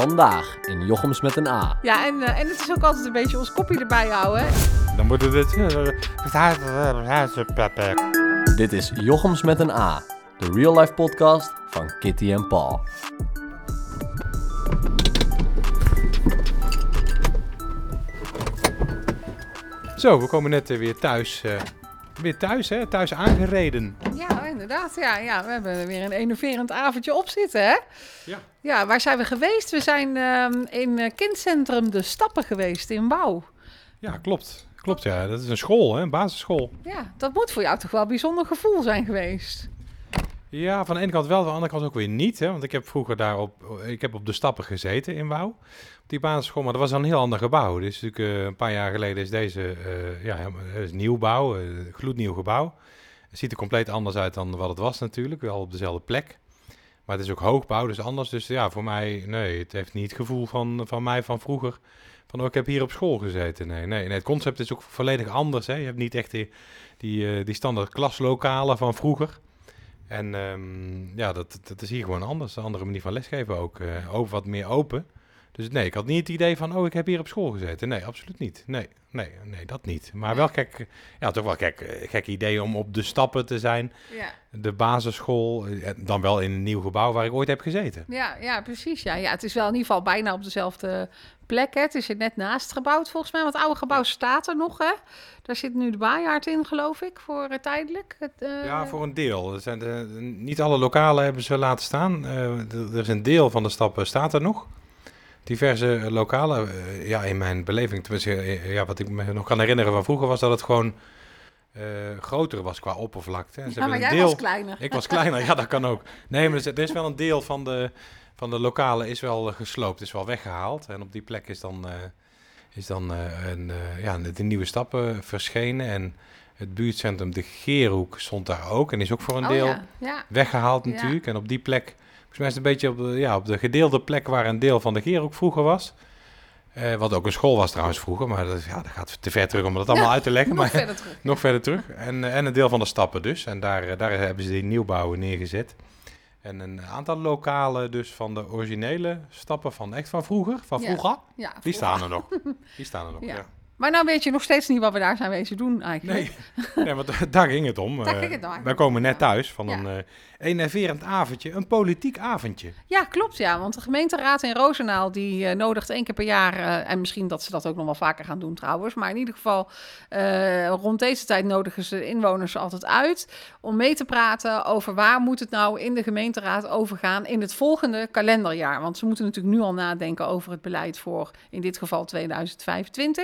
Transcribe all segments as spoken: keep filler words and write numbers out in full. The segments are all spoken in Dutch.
Vandaag in Jochems met een A. Ja, en, uh, en het is ook altijd een beetje ons kopje erbij houden. Dan moet het... Dit is Jochems met een A, de real life podcast van Kitty en Paul. Zo, we komen net uh, weer thuis. Uh, weer thuis, hè? Thuis aangereden. Ja, inderdaad. Ja, ja, we hebben weer een enerverend avondje op zitten, hè? Ja. Ja, waar zijn we geweest? We zijn uh, in uh, kindcentrum De Stappen geweest in Wouw. Ja, klopt. Klopt, ja. Dat is een school, hè? Een basisschool. Ja, dat moet voor jou toch wel een bijzonder gevoel zijn geweest. Ja, van de ene kant wel, van de andere kant ook weer niet. Hè? Want ik heb vroeger daar op, ik heb op De Stappen gezeten in Wouw. Op die basisschool, maar dat was al een heel ander gebouw. Dus natuurlijk uh, een paar jaar geleden is deze uh, ja, is nieuwbouw, uh, gloednieuw gebouw. Het ziet er compleet anders uit dan wat het was natuurlijk. Wel op dezelfde plek. Maar het is ook hoogbouw, dus anders. Dus ja, voor mij, nee, het heeft niet het gevoel van, van mij van vroeger. Van, oh, ik heb hier op school gezeten. Nee, nee, nee, het concept is ook volledig anders. Hè? Je hebt niet echt die, die, uh, die standaard klaslokalen van vroeger. En um, ja, dat, dat is hier gewoon anders. Een andere manier van lesgeven ook. Uh, ook wat meer open. Dus nee, ik had niet het idee van, oh, ik heb hier op school gezeten. Nee, absoluut niet. Nee, nee, nee, dat niet. Maar wel gek, ja, toch wel gek, gek idee om op De Stappen te zijn. Ja. De basisschool, dan wel in een nieuw gebouw waar ik ooit heb gezeten. Ja, ja, precies. Ja. Ja, het is wel in ieder geval bijna op dezelfde plek. Hè. Het is er net naast gebouwd volgens mij. Want het oude gebouw staat er nog, hè. Daar zit nu de Baaiaard in, geloof ik, voor uh, tijdelijk. Het, uh... Ja, voor een deel. Er zijn de, niet alle lokalen hebben ze laten staan. Uh, er is een deel van De Stappen staat er nog. Diverse lokalen, uh, ja, in mijn beleving, tenminste, uh, ja, wat ik me nog kan herinneren van vroeger was dat het gewoon uh, groter was qua oppervlakte. Ja, maar jij deel... was kleiner. Ik was kleiner, ja, dat kan ook. Nee, maar er is wel een deel van de, van de lokalen is wel gesloopt, is wel weggehaald. En op die plek is dan, uh, is dan uh, een, uh, ja, de nieuwe Stappen verschenen. En het buurtcentrum De Geerhoek stond daar ook en is ook voor een oh, deel ja. Ja. weggehaald natuurlijk. Ja. En op die plek... Volgens mij is het een beetje op de, ja, op de gedeelde plek waar een deel van De Geerhoek vroeger was. Uh, wat ook een school was trouwens vroeger. Maar dat, ja, dat gaat te ver terug om dat allemaal ja, uit te leggen. Nog maar, verder terug. nog verder terug. En, en een deel van De Stappen dus. En daar, daar hebben ze die nieuwbouwen neergezet. En een aantal lokalen dus van de originele Stappen van echt van vroeger. Van vroeger. Ja, ja, vroeger. Die staan er nog. Die staan er nog, ja. ja. Maar nou weet je nog steeds niet wat we daar zijn wezen doen eigenlijk. Nee, nee want daar ging het om. Daar ging het om. Wij komen net thuis van ja. een uh, enerverend avondje, een politiek avondje. Ja, klopt ja. Want de gemeenteraad in Roosendaal die uh, nodigt één keer per jaar... Uh, en misschien dat ze dat ook nog wel vaker gaan doen trouwens. Maar in ieder geval uh, rond deze tijd nodigen ze de inwoners altijd uit... om mee te praten over waar moet het nou in de gemeenteraad overgaan... in het volgende kalenderjaar. Want ze moeten natuurlijk nu al nadenken over het beleid voor in dit geval tweeduizend vijfentwintig...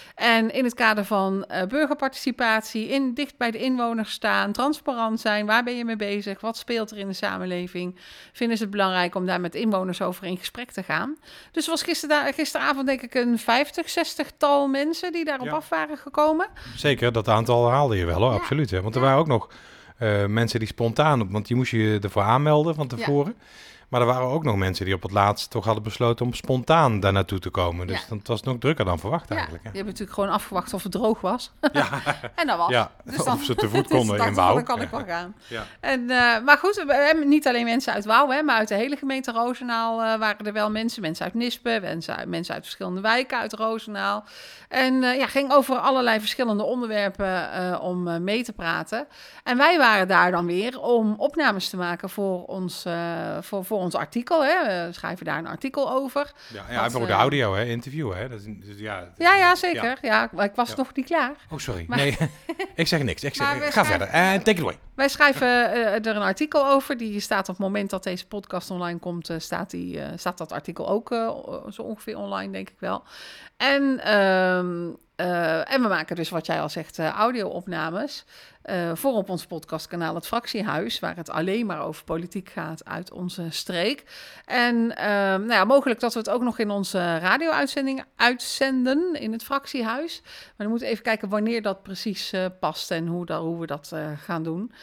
En in het kader van uh, burgerparticipatie, in, dicht bij de inwoners staan, transparant zijn, waar ben je mee bezig, wat speelt er in de samenleving, vinden ze het belangrijk om daar met inwoners over in gesprek te gaan. Dus er was gister, gisteravond denk ik een vijftig, zestig tal mensen die daarop ja. af waren gekomen. Zeker, dat aantal haalde je wel hoor, ja. absoluut. Hè? Want er ja. waren ook nog uh, mensen die spontaan, want je moest je ervoor aanmelden van tevoren. Ja. Maar er waren ook nog mensen die op het laatst toch hadden besloten om spontaan daar naartoe te komen. Dus ja. dat was nog drukker dan verwacht eigenlijk. Ja, die hebben natuurlijk gewoon afgewacht of het droog was. Ja. En dat was. Ja, dus dan, of ze te voet konden dus in Wouw. Dan kan ik wel gaan. Ja. En, uh, maar goed, we hebben niet alleen mensen uit Wouw, hè, maar uit de hele gemeente Roosendaal uh, waren er wel mensen. Mensen uit Nispen, mensen uit, mensen uit verschillende wijken uit Roosendaal. En uh, ja, ging over allerlei verschillende onderwerpen uh, om uh, mee te praten. En wij waren daar dan weer om opnames te maken voor ons, uh, voor, voor ons artikel. Hè. We schrijven daar een artikel over. Ja, ja wat, voor de audio, hè, interview. Hè. Dat is, dus ja, dat, ja, ja, zeker. Ja. Ja, maar ik was ja. nog niet klaar. Oh, sorry. Maar, nee, ik zeg niks. Ik zeg, ga schrijven, verder. En uh, take it away. Wij schrijven uh, er een artikel over. Die staat op het moment dat deze podcast online komt, uh, staat, die, uh, staat dat artikel ook uh, zo ongeveer online, denk ik wel. En, uh, uh, en we maken dus, wat jij al zegt, uh, audio-opnames. Uh, voor op ons podcastkanaal Het Fractiehuis, waar het alleen maar over politiek gaat uit onze streek. En uh, nou ja, mogelijk dat we het ook nog in onze radio-uitzending uitzenden in het Fractiehuis. Maar we moeten even kijken wanneer dat precies uh, past en hoe, dat, hoe we dat uh, gaan doen.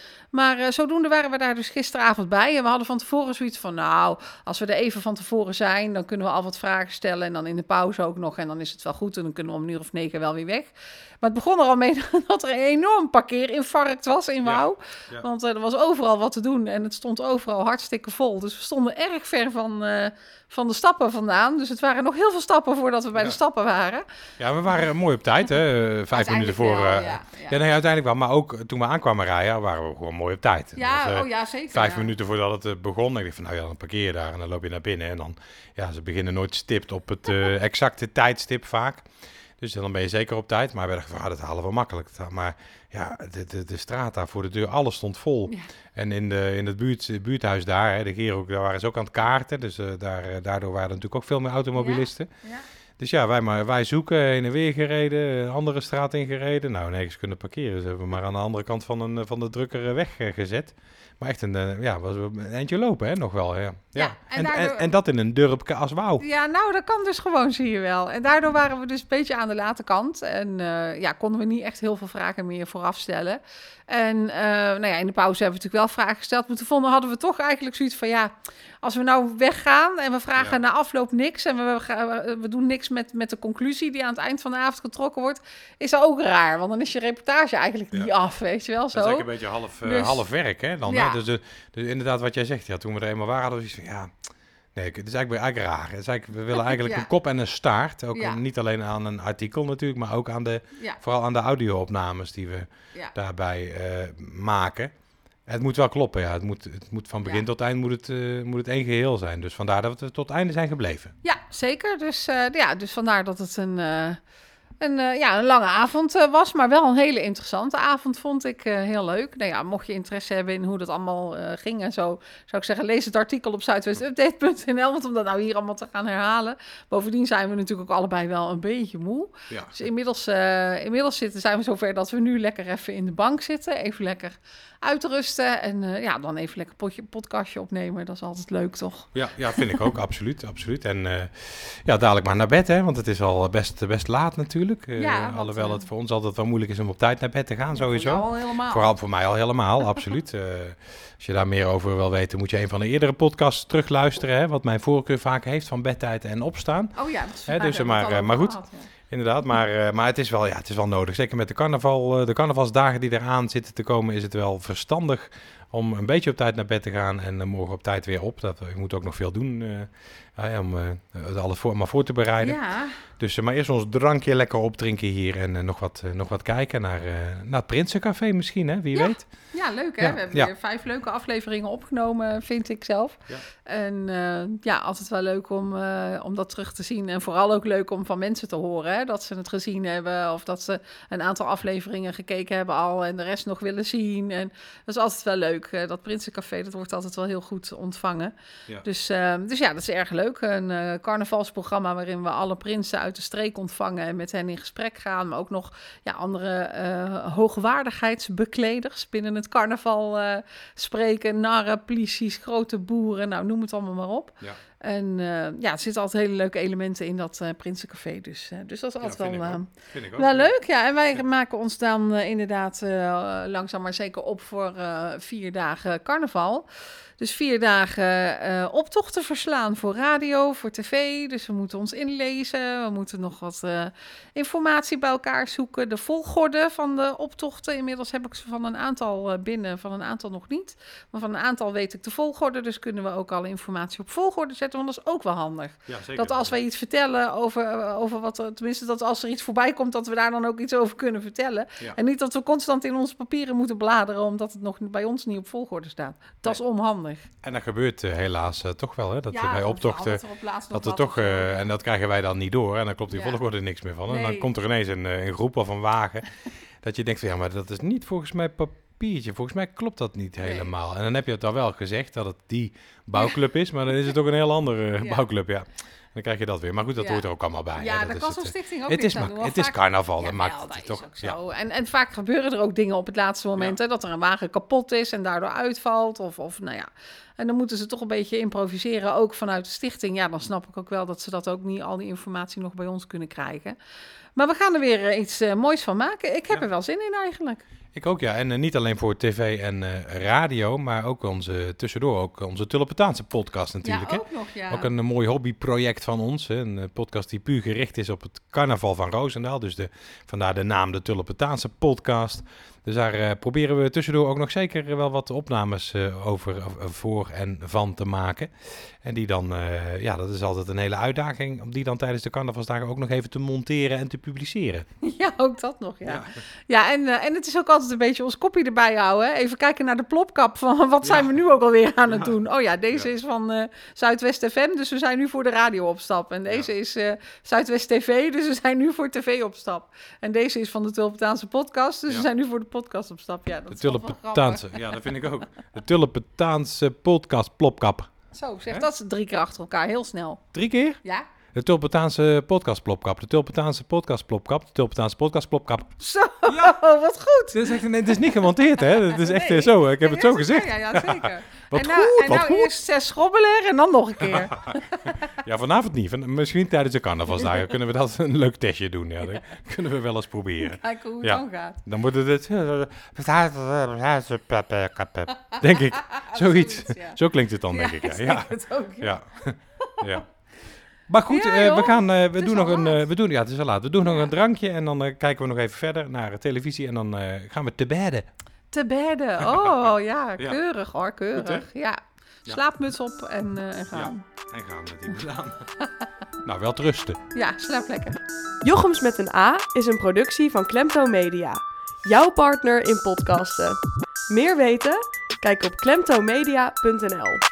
Maar uh, zodoende waren we daar dus gisteravond bij. En we hadden van tevoren zoiets van, nou, als we er even van tevoren zijn, dan kunnen we al wat vragen stellen. En dan in de pauze ook nog. En dan is het wel goed. En dan kunnen we om een uur of negen wel weer weg. Maar het begon er al mee dat er een enorm parkeerinfarct was in Wouw. Ja, ja. Want uh, er was overal wat te doen. En het stond overal hartstikke vol. Dus we stonden erg ver van, uh, van de stappen vandaan. Dus het waren nog heel veel stappen voordat we bij ja. de stappen waren. Ja, we waren mooi op tijd, hè? Vijf minuten voor. Uh, wel, ja, ja. ja, nee, uiteindelijk wel. Maar ook toen we aankwamen rijden, waren we gewoon mooi op tijd. Ja, was, uh, oh ja, zeker. Vijf ja. minuten voordat het begon. Ik dacht van, nou ja, dan parkeer je daar en dan loop je naar binnen. En dan, ja, ze beginnen nooit stipt op het uh, exacte tijdstip vaak. Dus dan ben je zeker op tijd. Maar we dachten van, ah, dat halen we makkelijk. Maar ja, de, de, de straat daar voor de deur, alles stond vol. Ja. En in, de, in het buurt, buurthuis daar, hè, de Gero, daar waren ze ook aan het kaarten. Dus uh, daar, daardoor waren er natuurlijk ook veel meer automobilisten. Ja. Ja. Dus ja, wij, maar, wij zoeken, heen en weer gereden, een andere straat ingereden. Nou, nergens kunnen parkeren. Dus hebben we maar aan de andere kant van, een, van de drukker weg uh, gezet. Maar echt een, ja, was een eindje lopen, hè, nog wel. Ja, ja. ja en, en, daardoor... en, en dat in een dorpje als Wouw. Ja, nou, dat kan dus gewoon, zie je wel. En daardoor waren we dus een beetje aan de late kant. En uh, ja, konden we niet echt heel veel vragen meer vooraf stellen. En uh, nou ja, in de pauze hebben we natuurlijk wel vragen gesteld. Maar toen vonden, hadden we toch eigenlijk zoiets van, ja, als we nou weggaan en we vragen ja. na afloop niks en we, we, we doen niks met, met de conclusie die aan het eind van de avond getrokken wordt, is dat ook raar. Want dan is je reportage eigenlijk niet ja. af, weet je wel zo. Dat is eigenlijk een beetje half, uh, dus, half werk, hè, dan. Ja. Hè? Dus, uh, dus inderdaad wat jij zegt, ja, toen we er eenmaal waren, hadden we zoiets van, ja, nee, het is eigenlijk, eigenlijk raar. Het is eigenlijk, we willen eigenlijk ja. een kop en een staart. Ook ja. niet alleen aan een artikel natuurlijk, maar ook aan de, ja. vooral aan de audio-opnames die we ja. daarbij uh, maken. Het moet wel kloppen, ja. Het moet, het moet van begin ja. tot eind moet het, uh, moet het één geheel zijn. Dus vandaar dat we tot het einde zijn gebleven. Ja, zeker. Dus, uh, ja, dus vandaar dat het een... Uh... Een, uh, ja, een lange avond uh, was, maar wel een hele interessante avond, vond ik uh, heel leuk. Nou ja, mocht je interesse hebben in hoe dat allemaal uh, ging en zo, zou ik zeggen, lees het artikel op zuidwestupdate punt n l, want om dat nou hier allemaal te gaan herhalen. Bovendien zijn we natuurlijk ook allebei wel een beetje moe. Ja. Dus inmiddels, uh, inmiddels zitten, zijn we zover dat we nu lekker even in de bank zitten, even lekker uitrusten en uh, ja, dan even lekker potje, podcastje opnemen. Dat is altijd leuk, toch? Ja, ja vind ik ook, absoluut, absoluut. En uh, ja, dadelijk maar naar bed, hè, want het is al best, best laat natuurlijk. Uh, ja, alhoewel wat, het voor ons altijd wel moeilijk is om op tijd naar bed te gaan, sowieso. Voor jou al helemaal. Vooral voor mij al helemaal, absoluut. Uh, als je daar meer over wil weten, moet je een van de eerdere podcasts terugluisteren, hè, wat mijn voorkeur vaak heeft van bedtijd en opstaan. Oh ja, dat is hè, dus, maar, uh, maar goed. Gehad, ja. Inderdaad, maar, uh, maar het, is wel, ja, het is wel nodig. Zeker met de carnaval, uh, de carnavalsdagen die eraan zitten te komen, is het wel verstandig om een beetje op tijd naar bed te gaan en uh, morgen op tijd weer op. Dat, je moet ook nog veel doen uh, uh, om uh, alles voor, maar voor te bereiden. Ja. Dus uh, maar eerst ons drankje lekker opdrinken hier en uh, nog, wat, uh, nog wat kijken naar, uh, naar het Prinsencafé misschien, hè? Wie ja. weet. Ja, leuk hè? Ja. We hebben ja. weer vijf leuke afleveringen opgenomen, vind ik zelf. Ja. En uh, ja, altijd wel leuk om, uh, om dat terug te zien. En vooral ook leuk om van mensen te horen, hè? Dat ze het gezien hebben of dat ze een aantal afleveringen gekeken hebben al en de rest nog willen zien. En dat is altijd wel leuk. Uh, dat Prinsencafé, dat wordt altijd wel heel goed ontvangen. Ja. Dus, uh, dus ja, dat is erg leuk. Een uh, carnavalsprogramma waarin we alle prinsen uit de streek ontvangen en met hen in gesprek gaan. Maar ook nog ja, andere uh, hoogwaardigheidsbekleders binnen het carnaval uh, spreken. Narren, polities, grote boeren, nou noem het allemaal maar op. Ja. En uh, ja, er zitten altijd hele leuke elementen in dat uh, Prinsencafé. Dus, uh, dus dat is altijd ja, wel, uh, wel leuk. Ja, en wij ja. maken ons dan uh, inderdaad uh, langzaam maar zeker op voor uh, vier dagen carnaval. Dus vier dagen uh, optochten verslaan voor radio, voor tv. Dus we moeten ons inlezen. We moeten nog wat uh, informatie bij elkaar zoeken. De volgorde van de optochten. Inmiddels heb ik ze van een aantal uh, binnen, van een aantal nog niet. Maar van een aantal weet ik de volgorde. Dus kunnen we ook al informatie op volgorde zetten. Want dat is ook wel handig. Ja, zeker. Dat als wij iets vertellen over, over wat er... Tenminste, dat als er iets voorbij komt, dat we daar dan ook iets over kunnen vertellen. Ja. En niet dat we constant in onze papieren moeten bladeren, omdat het nog bij ons niet op volgorde staat. Dat nee. is onhandig. En dat gebeurt uh, helaas uh, toch wel, hè? Dat ja, bij optochten, dat er toch, uh, en dat krijgen wij dan niet door. En dan klopt die ja. volgorde niks meer van. Nee. En dan komt er ineens een, een groep of een wagen, dat je denkt van, ja, maar dat is niet volgens mij papiertje. Volgens mij klopt dat niet nee. helemaal. En dan heb je het al wel gezegd, dat het die bouwclub is, maar dan is het ook een heel andere uh, ja. bouwclub, ja. Dan krijg je dat weer. Maar goed, dat Ja. hoort er ook allemaal bij. Ja, hè. daar is kan het, zo'n eh, stichting ook Het iets is, aan ma- doen. Want het is vaak- carnaval, dat Jawel, maakt dat het is toch. ook zo. Ja. En, en vaak gebeuren er ook dingen op het laatste moment. Hè, dat er een wagen kapot is en daardoor uitvalt. Of, of nou ja. En dan moeten ze toch een beetje improviseren, ook vanuit de stichting. Ja, dan snap ik ook wel dat ze dat ook niet, al die informatie nog bij ons kunnen krijgen. Maar we gaan er weer eh, iets eh, moois van maken. Ik heb Ja. er wel zin in eigenlijk. Ik ook, ja. En uh, niet alleen voor tv en uh, radio, maar ook onze, tussendoor ook onze Tulpentaanse podcast natuurlijk. ja, hè? ook nog, ja. Ook een uh, mooi hobbyproject van ons. Hè? Een uh, podcast die puur gericht is op het carnaval van Roosendaal. Dus de, vandaar de naam de Tulpentaanse podcast. Dus daar uh, proberen we tussendoor ook nog zeker wel wat opnames uh, over, uh, voor en van te maken. En die dan, uh, ja, dat is altijd een hele uitdaging, om die dan tijdens de carnavalsdagen ook nog even te monteren en te publiceren. Ja, ook dat nog, ja. Ja. Ja, en, uh, en het is ook altijd een beetje ons kopje erbij houden. Hè? Even kijken naar de plopkap van wat zijn Ja. we nu ook alweer aan het Ja. doen. Oh ja, deze Ja. is van uh, Zuidwest F M, dus we zijn nu voor de radio op stap. En deze Ja. is uh, Zuidwest T V, dus we zijn nu voor tv op stap. En deze is van de Tulpentaanse podcast, dus Ja. we zijn nu voor de podcast op stap. Ja, dat De is wel grappig. Tulpentaanse, ja, dat vind ik ook. De Tulpentaanse podcast plopkap. Zo, zeg Hè? dat is drie keer achter elkaar, heel snel. Drie keer? Ja? De Tulpentaanse podcast plopkap. De Tulpentaanse podcast plopkap. De Tulpentaanse podcast plopkap. Zo, wat goed. Het is, echt, nee, het is niet gemonteerd, hè? Het is echt Nee. eh, zo. Ik heb het zo Ja, gezegd. Ja, ja, zeker. Wat en nou, goed, en wat nou goed. eerst zes schrobbelen en dan nog een keer. Ja, vanavond niet. Van, misschien tijdens de carnavalsdagen kunnen we dat een leuk testje doen. Ja, dat kunnen we wel eens proberen. Kijken hoe het Ja. dan gaat. Dan wordt het het... Denk ik. Zoiets. ja. Zo klinkt het dan, denk ik. ik Ja. denk Ja. het ook. Ja. Ja. Ja. Maar goed, Ja, eh, joh. we gaan, eh, we is doen al nog een, laat. eh, we doen, ja, het is al laat. We doen nog Ja. een drankje en dan eh, kijken we nog even verder naar televisie en dan eh, gaan we te bedden. Te bedden. Oh ja, Ja. keurig hoor, keurig. Goed, ja. Slaapmuts op en, uh, en gaan. En gaan we die aan. Nou, wel te rusten. Ja, slaap lekker. Jochems met een A is een productie van Klemtoon Media. Jouw partner in podcasten. Meer weten? Kijk op klemtoonmedia punt n l.